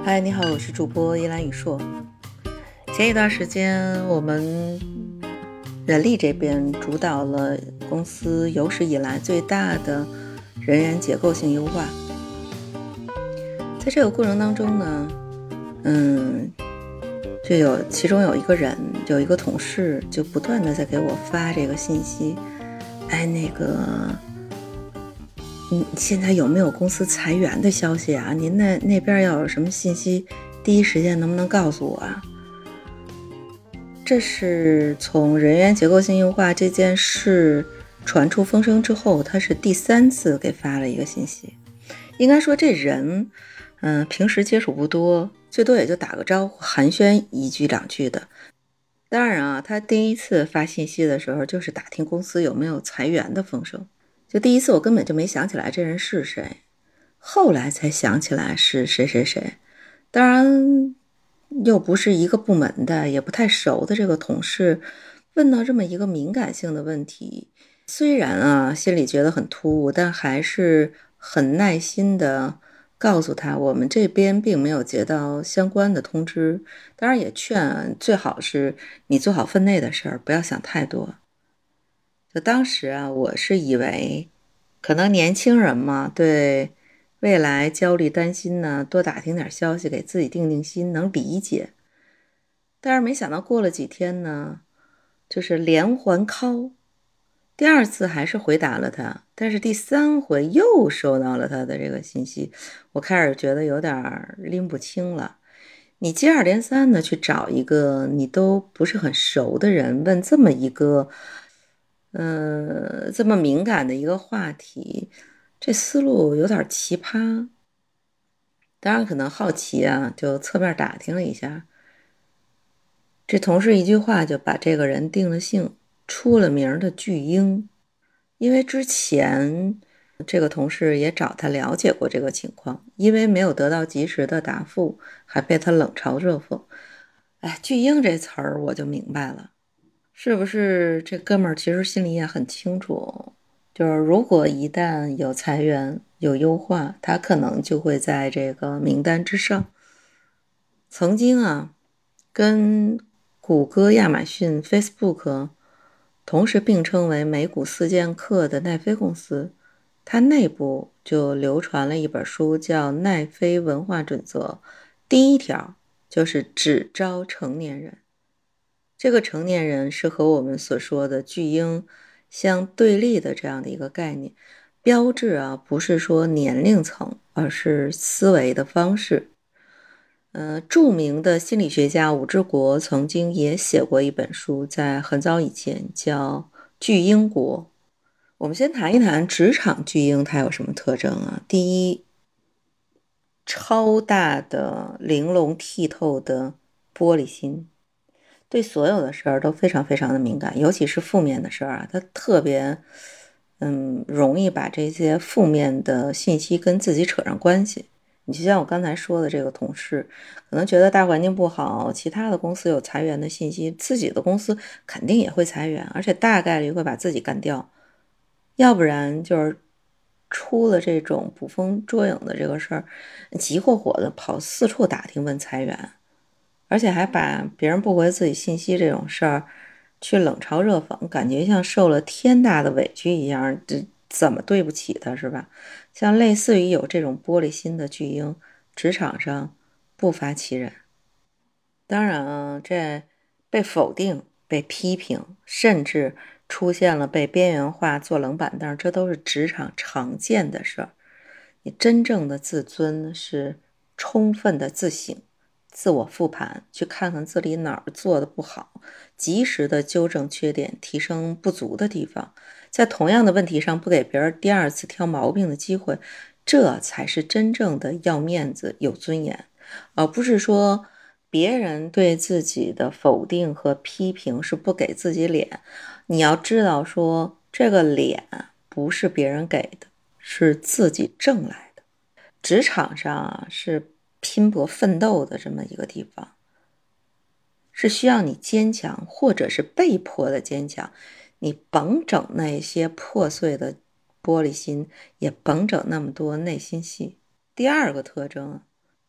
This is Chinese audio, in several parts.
嗨，你好，我是主播依兰雨硕。前一段时间，我们人力这边主导了公司有史以来最大的人员结构性优化。在这个过程当中呢，其中有一个同事就不断的在给我发这个信息，现在有没有公司裁员的消息啊？您那边要有什么信息，第一时间能不能告诉我啊？这是从人员结构性优化这件事传出风声之后，他是第3次给发了一个信息。应该说这人平时接触不多，最多也就打个招呼，寒暄一句两句的。当然啊，他第一次发信息的时候就是打听公司有没有裁员的风声。就第一次我根本就没想起来这人是谁，后来才想起来是谁谁谁。当然又不是一个部门的，也不太熟的这个同事问到这么一个敏感性的问题，虽然啊心里觉得很突兀，但还是很耐心的告诉他我们这边并没有接到相关的通知。当然也劝最好是你做好分内的事儿，不要想太多。就当时啊，我是以为可能年轻人嘛，对未来焦虑担心呢，多打听点消息给自己定定心，能理解。但是没想到过了几天呢，就是连环 call， 第2次还是回答了他，但是第3回又收到了他的这个信息，我开始觉得有点拎不清了。你接二连三的去找一个你都不是很熟的人问这么一个这么敏感的一个话题，这思路有点奇葩。当然可能好奇啊，就侧面打听了一下，这同事一句话就把这个人定了性，出了名的巨婴。因为之前这个同事也找他了解过这个情况，因为没有得到及时的答复，还被他冷嘲热讽。巨婴这词儿我就明白了，是不是这哥们儿其实心里也很清楚，就是如果一旦有裁员有优化，他可能就会在这个名单之上。曾经啊，跟谷歌、亚马逊、Facebook 同时并称为美股4剑客的奈飞公司，它内部就流传了一本书叫《奈飞文化准则》，第1条就是只招成年人。这个成年人是和我们所说的巨婴相对立的这样的一个概念，标志啊不是说年龄层，而是思维的方式。著名的心理学家武志国曾经也写过一本书，在很早以前叫《巨婴国》。我们先谈一谈职场巨婴它有什么特征啊？第一，超大的玲珑剔透的玻璃心，对所有的事儿都非常非常的敏感，尤其是负面的事儿啊，他特别容易把这些负面的信息跟自己扯上关系。你就像我刚才说的这个同事，可能觉得大环境不好，其他的公司有裁员的信息，自己的公司肯定也会裁员，而且大概率会把自己干掉，要不然就是出了这种捕风捉影的这个事儿，急火火的跑四处打听问裁员，而且还把别人不回自己信息这种事儿去冷嘲热讽，感觉像受了天大的委屈一样，这怎么对不起他是吧？像类似于有这种玻璃心的巨婴，职场上不乏其人。当然啊，这被否定、被批评，甚至出现了被边缘化、坐冷板凳，这都是职场常见的事儿。你真正的自尊是充分的自省、自我复盘，去看看自己哪儿做的不好，及时的纠正缺点，提升不足的地方，在同样的问题上不给别人第2次挑毛病的机会，这才是真正的要面子、有尊严，而不是说别人对自己的否定和批评是不给自己脸。你要知道说，这个脸不是别人给的，是自己挣来的。职场上啊，是拼搏奋斗的这么一个地方，是需要你坚强，或者是被迫的坚强。你甭整那些破碎的玻璃心，也甭整那么多内心戏。第2个特征，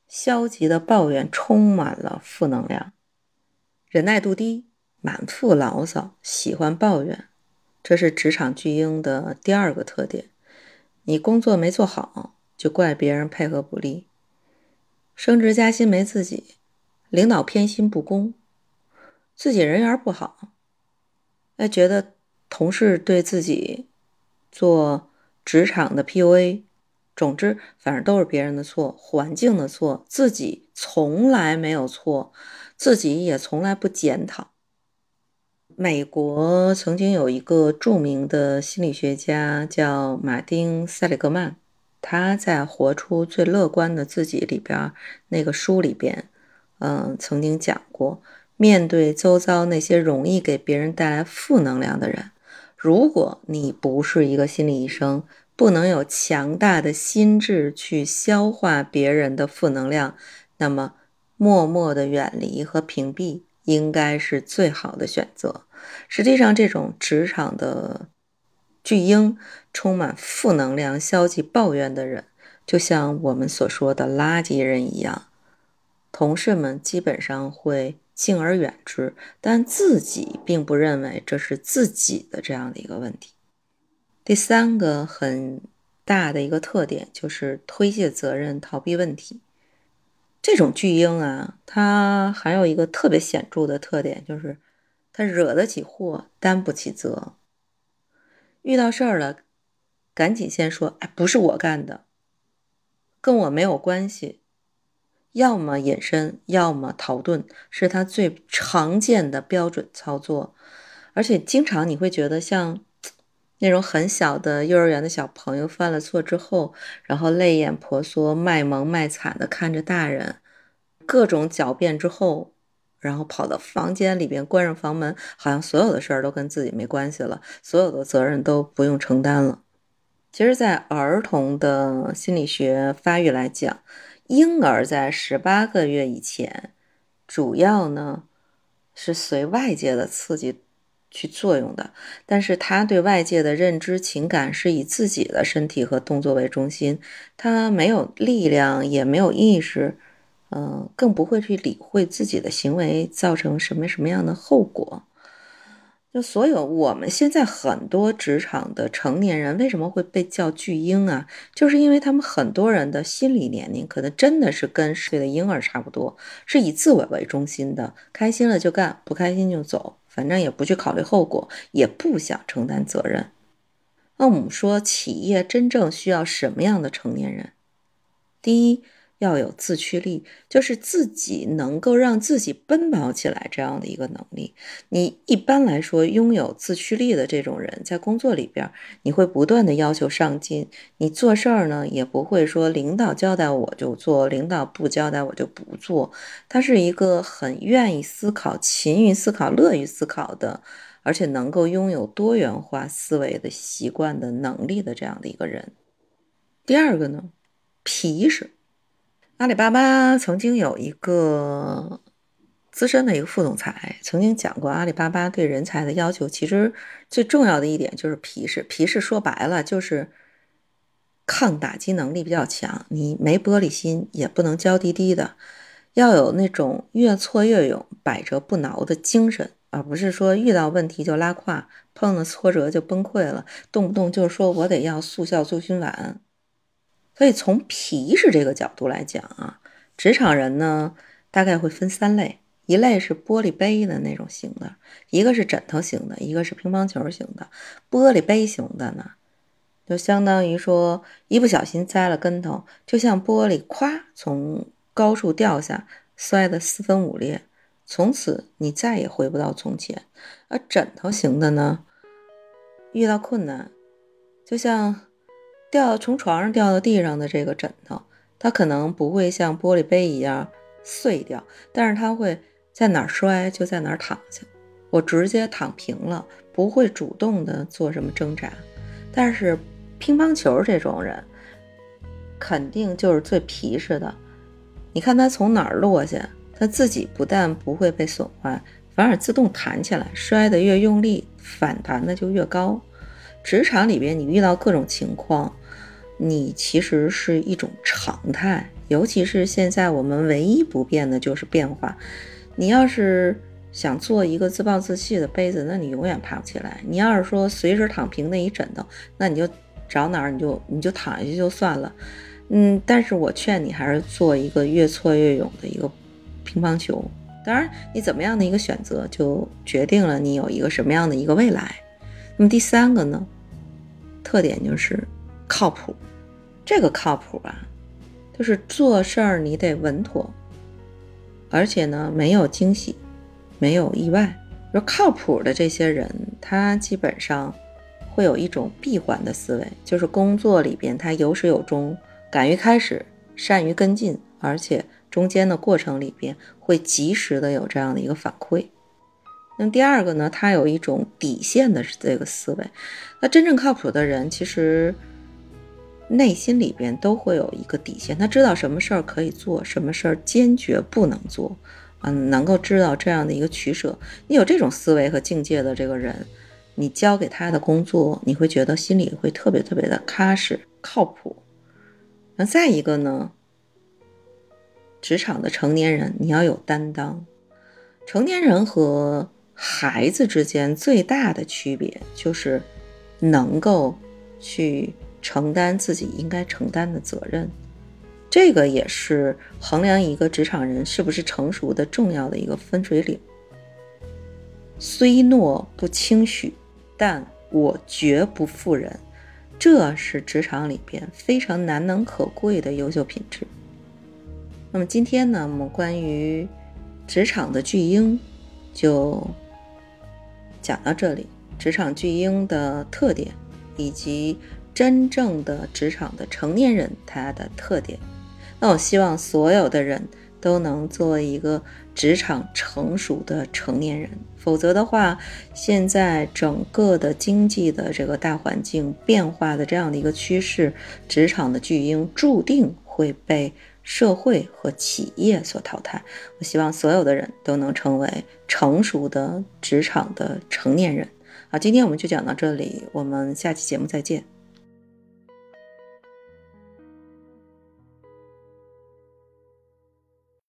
消极的抱怨充满了负能量，忍耐度低，满腹牢骚，喜欢抱怨，这是职场巨婴的第二个特点。你工作没做好，就怪别人配合不力，升职加薪没自己，领导偏心不公，自己人缘不好，觉得同事对自己做职场的 PUA， 总之反正都是别人的错，环境的错，自己从来没有错，自己也从来不检讨。美国曾经有一个著名的心理学家叫马丁·塞里格曼，他在《活出最乐观的自己》里边那个书里边，曾经讲过，面对周遭那些容易给别人带来负能量的人，如果你不是一个心理医生，不能有强大的心智去消化别人的负能量，那么默默的远离和屏蔽应该是最好的选择。实际上，这种职场的巨婴，充满负能量、消极抱怨的人，就像我们所说的垃圾人一样，同事们基本上会敬而远之，但自己并不认为这是自己的这样的一个问题。第三个很大的一个特点就是推卸责任、逃避问题。这种巨婴啊，他还有一个特别显著的特点，就是他惹得起祸，担不起责。遇到事儿了，赶紧先说，不是我干的，跟我没有关系。要么隐身，要么逃遁，是他最常见的标准操作。而且经常你会觉得像那种很小的幼儿园的小朋友犯了错之后，然后泪眼婆娑、卖萌卖惨的看着大人，各种狡辩之后，然后跑到房间里边关上房门，好像所有的事儿都跟自己没关系了，所有的责任都不用承担了。其实在儿童的心理学发育来讲，婴儿在18个月以前，主要呢是随外界的刺激去作用的，但是他对外界的认知情感是以自己的身体和动作为中心，他没有力量，也没有意识，更不会去理会自己的行为造成什么样的后果。就所有我们现在很多职场的成年人为什么会被叫巨婴啊？就是因为他们很多人的心理年龄可能真的是跟10岁的婴儿差不多，是以自我为中心的，开心了就干，不开心就走，反正也不去考虑后果，也不想承担责任。那我们说企业真正需要什么样的成年人？第一，要有自驱力，就是自己能够让自己奔跑起来这样的一个能力。你一般来说拥有自驱力的这种人，在工作里边，你会不断的要求上进，你做事儿呢也不会说领导交代我就做，领导不交代我就不做。他是一个很愿意思考、勤于思考、乐于思考的，而且能够拥有多元化思维的习惯的能力的这样的一个人。第二个呢，皮实。阿里巴巴曾经有一个资深的一个副总裁曾经讲过，阿里巴巴对人才的要求其实最重要的一点就是皮实。皮实说白了就是抗打击能力比较强，你没玻璃心，也不能娇滴滴的，要有那种越挫越勇、百折不挠的精神，而不是说遇到问题就拉胯，碰了挫折就崩溃了，动不动就说我得要速效救心丸。所以从皮实这个角度来讲啊，职场人呢大概会分3类，一类是玻璃杯的那种型的，一个是枕头型的，一个是乒乓球型的。玻璃杯型的呢，就相当于说一不小心栽了跟头，就像玻璃咵从高处掉下，摔得4分5裂，从此你再也回不到从前。而枕头型的呢，遇到困难就像从床上掉到地上的这个枕头，它可能不会像玻璃杯一样碎掉，但是它会在哪儿摔就在哪儿躺下，我直接躺平了，不会主动的做什么挣扎。但是乒乓球这种人肯定就是最皮实的，你看他从哪儿落下，他自己不但不会被损坏，反而自动弹起来，摔得越用力，反弹的就越高。职场里边你遇到各种情况，你其实是一种常态， 尤其是现在我们唯一不变的就是变化。你要是想做一个自暴自弃的杯子，那你永远爬不起来。你要是说随时躺平那一枕头，那你就找哪儿你就躺下去就算了。但是我劝你还是做一个越挫越勇的一个乒乓球。当然你怎么样的一个选择就决定了你有一个什么样的一个未来。那么第三个呢，特点就是靠谱。这个靠谱啊，就是做事儿你得稳妥，而且呢没有惊喜，没有意外。就靠谱的这些人，他基本上会有一种闭环的思维，就是工作里边他有始有终，敢于开始，善于跟进，而且中间的过程里边会及时的有这样的一个反馈。那么第二个呢，他有一种底线的这个思维。那真正靠谱的人其实内心里边都会有一个底线，他知道什么事儿可以做，什么事儿坚决不能做，能够知道这样的一个取舍。你有这种思维和境界的这个人，你交给他的工作，你会觉得心里会特别特别的踏实靠谱。那再一个呢，职场的成年人你要有担当。成年人和孩子之间最大的区别就是能够去承担自己应该承担的责任。这个也是衡量一个职场人是不是成熟的重要的一个分水岭。虽诺不轻许，但我绝不负人，这是职场里边非常难能可贵的优秀品质。那么今天呢，我们关于职场的巨婴就讲到这里，职场巨婴的特点以及真正的职场的成年人他的特点。那我希望所有的人都能做一个职场成熟的成年人，否则的话，现在整个的经济的这个大环境变化的这样的一个趋势，职场的巨婴注定会被社会和企业所淘汰。我希望所有的人都能成为成熟的职场的成年人。好，今天我们就讲到这里，我们下期节目再见。